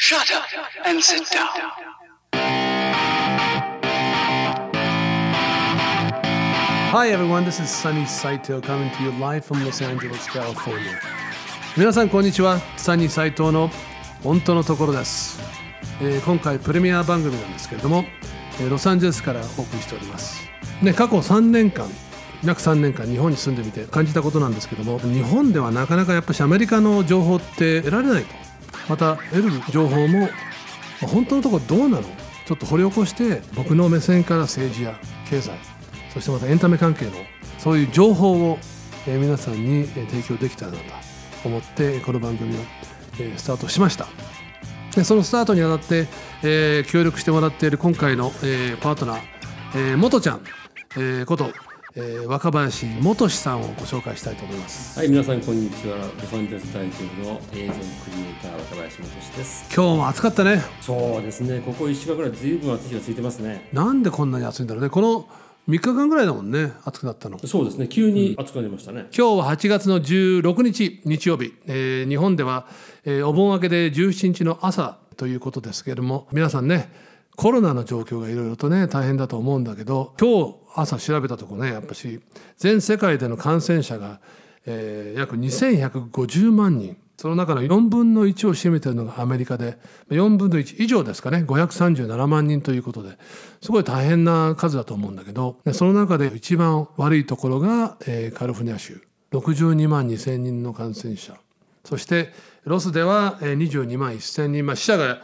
Shut up and sit down. Hi everyone, this is Sunny Saito coming to you live from Los Angeles, California. 皆さんこんにちは、サニーサイトの本当のところです。今回プレミア番組なんですけれども、ロサンゼルスからお送りしております。過去3年間、約3年間日本に住んでみて感じたことなんですけども、日本ではなかなかやっぱりアメリカの情報って得られないと。また得る情報も本当のところどうなの？ちょっと掘り起こして僕の目線から政治や経済、そしてまたエンタメ関係のそういう情報を皆さんに提供できたらなと思ってこの番組をスタートしました。でそのスタートにあたって協力してもらっている今回のパートナー元ちゃんこと若林元さんをご紹介したいと思います。 はい、皆さんこんにちは。ロサンゼルス在住の映像クリエイター若林元です。 今日も暑かったね。 そうですね、ここ1週間ぐらいずいぶん暑い日がついてますね。 なんでこんなに暑いんだろうね。この3日間ぐらいだもんね、暑くなったの。 そうですね、急に暑くなりましたね。 今日は8月の16日日曜日、日本では、お盆明けで17日の朝ということですけれども、皆さんねコロナの状況がいろいろとね大変だと思うんだけど、今日朝調べたところね、やっぱし全世界での感染者が、約2150万人、その中の4分の1を占めているのがアメリカで、4分の1以上ですかね、537万人ということで、すごい大変な数だと思うんだけど、その中で一番悪いところが、カリフォルニア州62万2000人の感染者、そしてロスでは22万1000人、死者が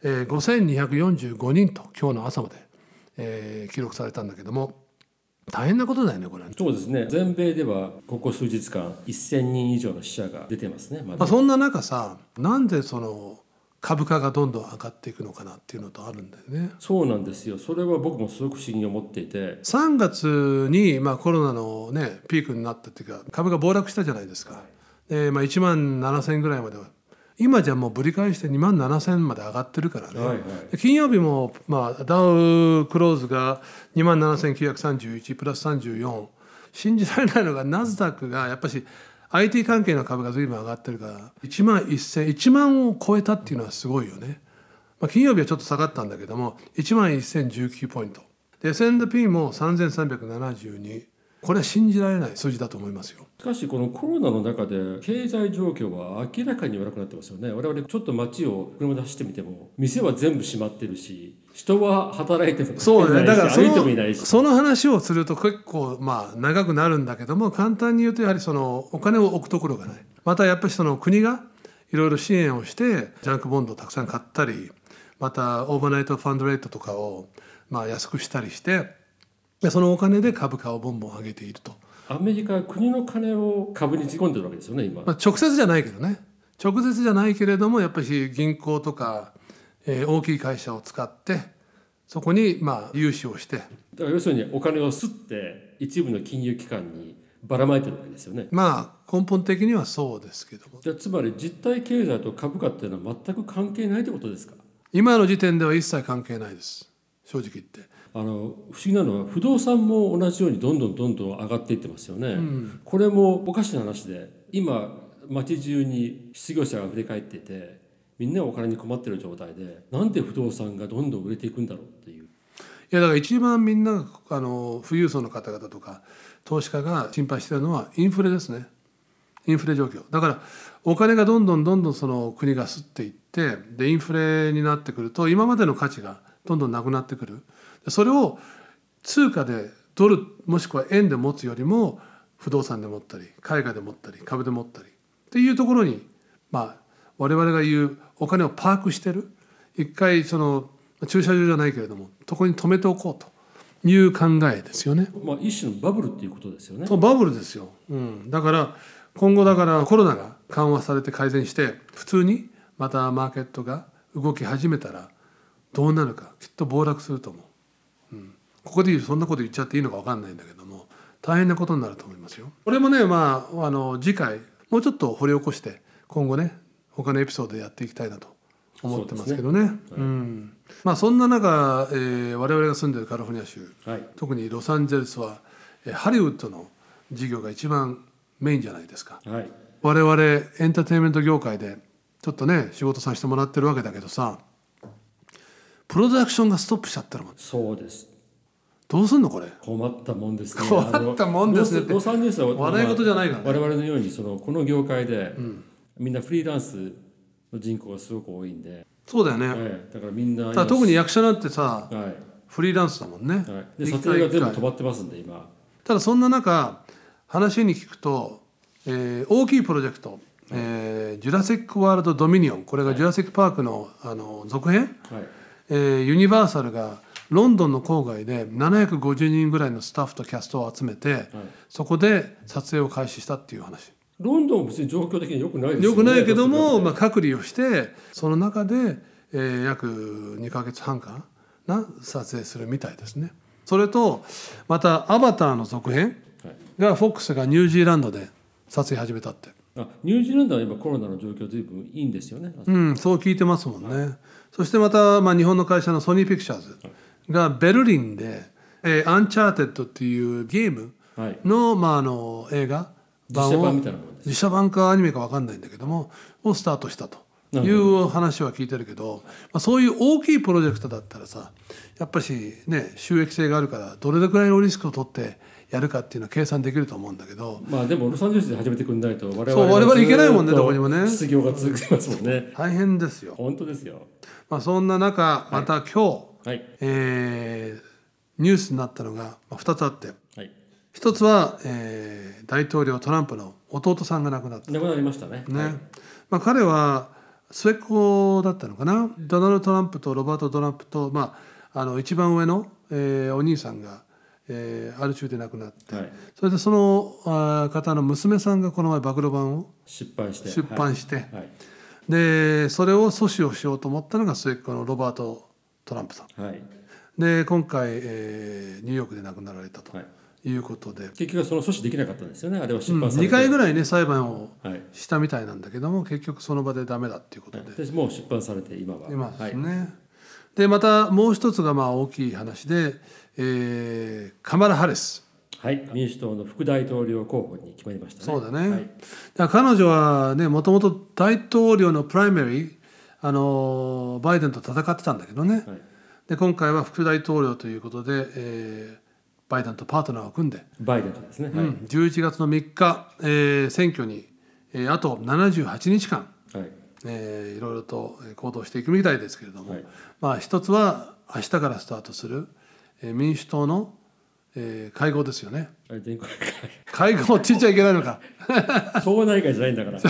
5245人と今日の朝まで、記録されたんだけども、大変なことだよねこれ。 そうですね、全米ではここ数日間1000人以上の死者が出てますね。 そんな中さ、なんでその株価がどんどん上がっていくのかなっていうのとあるんだよね。 そうなんですよ。それは僕もすごく不思議に思っていて、 3月にコロナのねピークになったっていうか、株が暴落したじゃないですか。1万7000ぐらいまでは、今じゃもうぶり返して2万7000まで上がってるからね、金曜日もダウクローズが2万7931プラス34、信じられないのがナスダックがやっぱし IT 関係の株が随分上がってるから1万を超えたっていうのはすごいよね。金曜日はちょっと下がったんだけども1万1019ポイントで、 S&P も3372、これは信じられない数字だと思いますよ。 しかしこのコロナの中で経済状況は明らかに悪くなってますよね。我々ちょっと街を車で走ってみても店は全部閉まってるし、人は働いてもそうね、だから歩いてもいないし、 その話をすると結構長くなるんだけども、簡単に言うとやはりそのお金を置くところがない。またやっぱりその国がいろいろ支援をしてジャンクボンドをたくさん買ったり、またオーバーナイトファンドレートとかを安くしたりして、そのお金で株価をボンボン上げていると。 アメリカは国の金を株に突っ込んでるわけですよね今。 直接じゃないけどね、直接じゃないけれどもやっぱり銀行とか、大きい会社を使ってそこに融資をして、だから要するにお金を吸って一部の金融機関にばらまいてるわけですよね。 根本的にはそうですけども、 じゃあつまり実体経済と株価っていうのは全く関係ないということですか？ 今の時点では一切関係ないです、正直言って。 不思議なのは不動産も同じようにどんどん上がっていってますよね、これもおかしな話で、今街中に失業者があふれ返っていてみんなお金に困っている状態で、なんで不動産がどんどん売れていくんだろうっていう。 いやだから一番みんな富裕層の方々とか投資家が心配しているのはインフレですね。インフレ状況だから、お金がどんどんその国が吸っていって、でインフレになってくると今までの価値がどんどんなくなってくる。それを通貨でドルもしくは円で持つよりも不動産で持ったり海外で持ったり株で持ったりっていうところに、我々が言うお金をパークしてる、一回その駐車場じゃないけれどもそこに止めておこうという考えですよね。 一種のバブルっていうことですよね。 そうバブルですよ、だから今後コロナが緩和されて改善して普通にまたマーケットが動き始めたらどうなるか、きっと暴落すると思う。ここでそんなこと言っちゃっていいのか分かんないんだけども、大変なことになると思いますよ。これもね次回もうちょっと掘り起こして今後ね他のエピソードでやっていきたいなと思ってますけどね。そんな中、我々が住んでいるカリフォルニア州、特にロサンゼルスはハリウッドの事業が一番メインじゃないですか。我々エンターテインメント業界でちょっとね仕事させてもらってるわけだけどさ、プロダクションがストップしちゃってるもん。 そうです。 どうすんのこれ。 困ったもんですね。 困ったもんですねってロサンゼルスは笑い事じゃないからね。 我々のようにこの業界で、みんなフリーランスの人口がすごく多いんで、 そうだよね、 だからみんな特に役者なんてさ、 はい、 フリーランスだもんね、 はい、で撮影が全部止まってますんで今。 ただそんな中話に聞くと、大きいプロジェクト、ジュラシック・ワールド・ドミニオン、これがジュラシック・パークの、続編、ユニバーサルがロンドンの郊外で750人ぐらいのスタッフとキャストを集めて、そこで撮影を開始したっていう話。 ロンドンも別に状況的に良くないですよね。 良くないけども、隔離をしてその中で、約2ヶ月半かな撮影するみたいですね。それとまたアバターの続編が、フォックスがニュージーランドで撮影始めたって。 ニュージーランドは今コロナの状況ずいぶんいいんですよね。 そう聞いてますもんね。そしてまた、日本の会社のソニーピクチャーズがベルリンで、アンチャーテッドっていうゲームの、映画版を、実写版かアニメか分かんないんだけどもをスタートしたという話は聞いてるけど、そういう大きいプロジェクトだったらさ、やっぱしね収益性があるからどれくらいのリスクを取ってやるかっていうのは計算できると思うんだけど、 でもロサンゼルスで始めてくんないと我 々行けないもんね、どこにもね。 失業が続きますもんね。 大変ですよ。 本当ですよ。 そんな中また今日、ニュースになったのが2つあって、一つは、大統領トランプの弟さんが亡くなった。 亡くなりましたね。 彼は末っ子だったのかな。ドナルド・トランプとロバート・トランプと、一番上の、お兄さんが、ある州で亡くなって、それでその方の娘さんがこの前暴露版を出版して、でそれを阻止をしようと思ったのが末っ子のロバート・トランプさん、で今回、ニューヨークで亡くなられたと。いうことで結局はその阻止できなかったんですよね。あれは出版されて、 2回ぐらいね裁判をしたみたいなんだけども、結局その場でダメだっていうことで、 もう出版されて今はですね。でまたもう一つが大きい話で、カマラ・ハリス、 民主党の副大統領候補に決まりましたね。 そうだね、だから彼女はねもともと大統領のプライマリー、バイデンと戦ってたんだけどね、で今回は副大統領ということで、バイデンとパートナーを組んで、 バイデンとですね、 11月の3日、選挙に、あと78日間、いろいろと行動していくみたいですけれども、一つは明日からスタートする、民主党の、会合ですよね。会合って言っちゃいけないのか党内会じゃないんだから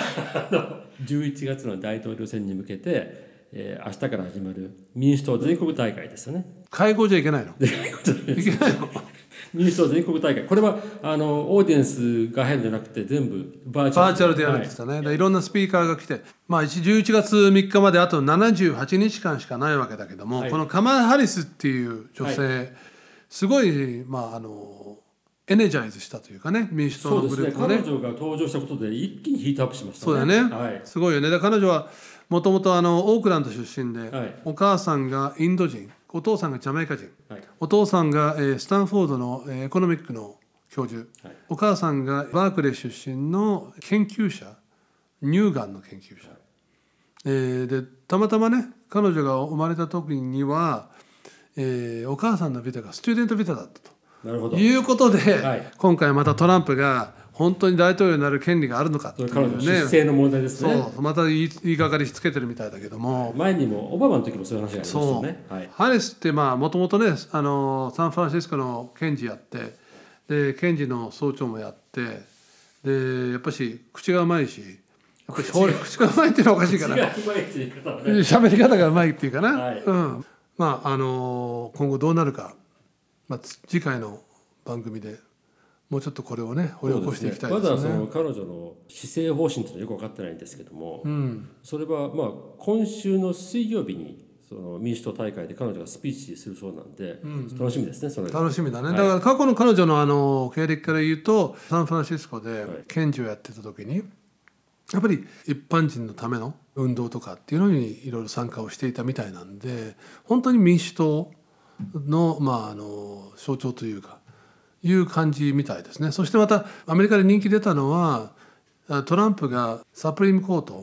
11月の大統領選に向けて明日から始まる民主党全国大会ですよね。 会合じゃいけないの？いけないの？ 民主党全国大会、これはオーディエンスが入るんじゃなくて全部バーチャルでやるんですかね。いろんなスピーカーが来て、11月3日まであと78日間しかないわけだけども、このカマラ・ハリスっていう女性、すごいエネジャイズしたというかね、民主党のグループをね。 彼女が登場したことで一気にヒートアップしましたね。 そうだね、すごいよね。で彼女はもともとオークランド出身で、お母さんがインド人、お父さんがジャマイカ人、お父さんがスタンフォードのエコノミックの教授、お母さんがバークレー出身の研究者、乳がんの研究者、でたまたまね彼女が生まれた時には、お母さんのビザがスチューデントビザだったということで、今回またトランプが本当に大統領になる権利があるのかっていうね、 彼女出生の問題ですね。 そうまた言いがかりつけてるみたいだけども、 前にもオバマの時もそういう話がありましたよね。 ハリスってもともとねサンフランシスコの検事やって、で検事の総長もやって、でやっぱし口がうまいし、やっぱり口がうまいっていうのはおかしいかな、喋り方がうまいっていうかな、今後どうなるか、次回の番組でもうちょっとこれをね掘り起こしていきたいですね。 まだ彼女の施政方針というのはよく分かってないんですけども、それは今週の水曜日に民主党大会で彼女がスピーチするそうなんで、楽しみですね。それ楽しみだね。だから過去の彼女の経歴から言うと、サンフランシスコで検事をやってた時にやっぱり一般人のための運動とかっていうのにいろいろ参加をしていたみたいなんで、本当に民主党の象徴というかいう感じみたいですね。そしてまたアメリカで人気出たのはトランプがサプリームコート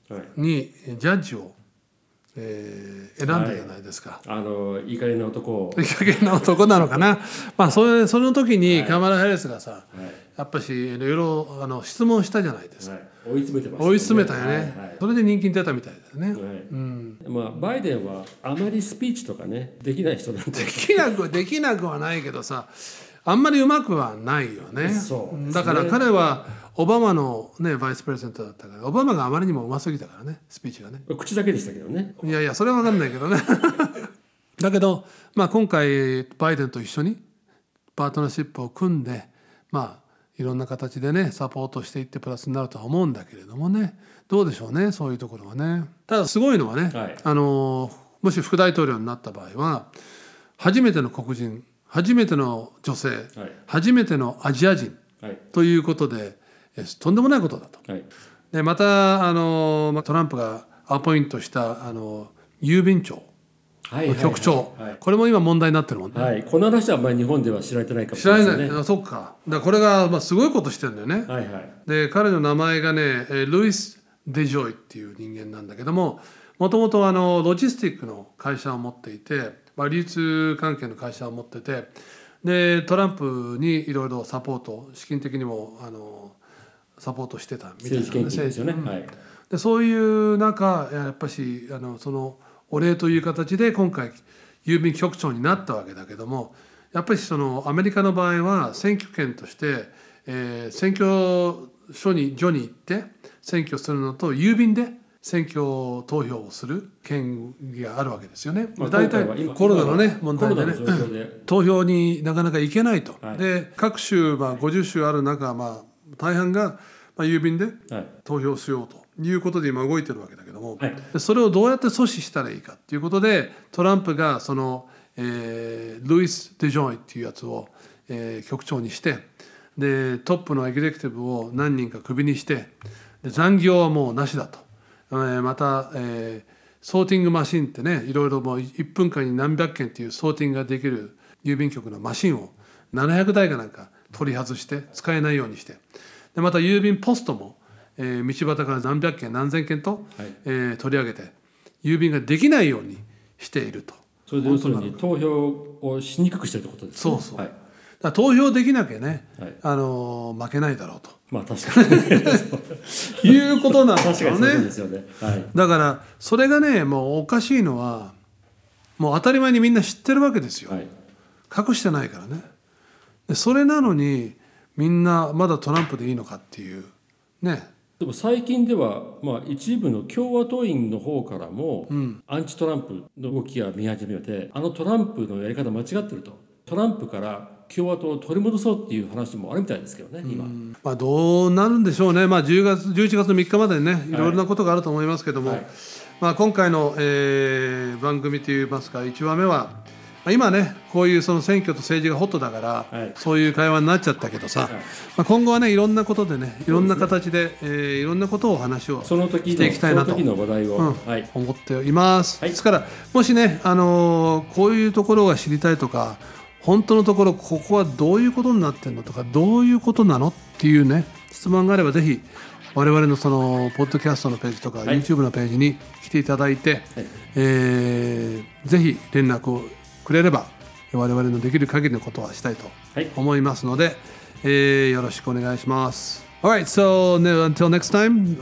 にジャッジを、選んだじゃないですか。 いい加減な男いい加減な男なのかな。まあその時にカマラ・ハリスがさ、やっぱしいろいろ質問したじゃないですか。 追い詰めてましたね。 追い詰めたよね。それで人気に出たみたいですね。 まあバイデンはあまりスピーチとかねできない人なんで。 できなくはないけどさ、あんまりうまくはないよね。だから彼はオバマのねバイスプレゼントだったから、オバマがあまりにもうますぎたからね、スピーチがね。 口だけでしたけどね。 いやいや、それは分かんないけどね。だけど、まあ、今回バイデンと一緒にパートナーシップを組んで、まあいろんな形でねサポートしていってプラスになるとは思うんだけれどもね、どうでしょうね、そういうところはね。ただすごいのはね、もし副大統領になった場合は初めての黒人、初めての女性、初めてのアジア人ということで、とんでもないことだと。でまたトランプがアポイントした郵便庁局長、これも今問題になってるもんね。 この話はあんまり日本では知られてないかもしれないですね。 知らない。そっか。だからこれがすごいことしてるんだよね。で彼の名前がねルイス・デジョイっていう人間なんだけども、もともとロジスティックの会社を持っていて、流通関係の会社を持ってて、でトランプにいろいろサポート、資金的にもサポートしてたみたいな、 政治献金ですよね。 でそういう中やっぱしそのお礼という形で今回郵便局長になったわけだけども、やっぱりアメリカの場合は選挙権として、選挙所に行って選挙するのと郵便で選挙投票をする権利があるわけですよね。大体コロナのね問題でね、投票になかなか行けないと。で各州50州ある中、大半が郵便で投票しようということで今動いてるわけだけども、それをどうやって阻止したらいいかっていうことでトランプがルイス・デジョイっていうやつを、局長にして、でトップのエグゼクティブを何人かクビにして、で残業はもうなしだと。また、ソーティングマシンってね、いろいろもう1分間に何百件っていうソーティングができる郵便局のマシンを700台かなんか取り外して使えないようにして、でまた郵便ポストも、道端から何百件何千件と、取り上げて郵便ができないようにしていると。 それで要するに投票をしにくくしてるってことですね。 そう。だから投票できなきゃね、負けないだろうと。 確かにいうことなんですよね。 確かにそうですよね。 だからそれがねもうおかしいのは、もう当たり前にみんな知ってるわけですよ。隠してないからね。でそれなのにみんなまだトランプでいいのかっていうね。 でも最近では、一部の共和党員の方からも、アンチトランプの動きが見始めて、トランプのやり方間違ってると、トランプから共和党を取り戻そうっていう話もあるみたいですけどね、今。 どうなるんでしょうね。11月の3日までね、いろいろなことがあると思いますけども、今回の、番組といいますか1話目は、今ねこういう選挙と政治がホットだから、そういう会話になっちゃったけどさ、今後はねいろんなことでねいろんな形で、いろんなことをお話をしていきたいなと思っています。ですからもしね、こういうところが知りたいとか、本当のところここはどういうことになってんのとか、どういうことなのっていうね質問があれば、ぜひ我々のポッドキャストのページとか、YouTube のページに来ていただいて、ぜひ連絡をくれれば我々のできる限りのことはしたいと思いますので、よろしくお願いします。Alright, so until next time,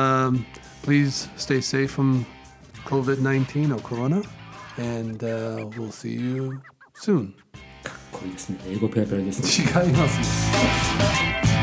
please stay safe from COVID-19 or Corona, and we'll see you soon. かっこいいですね。英語ペラペラですね。 違います。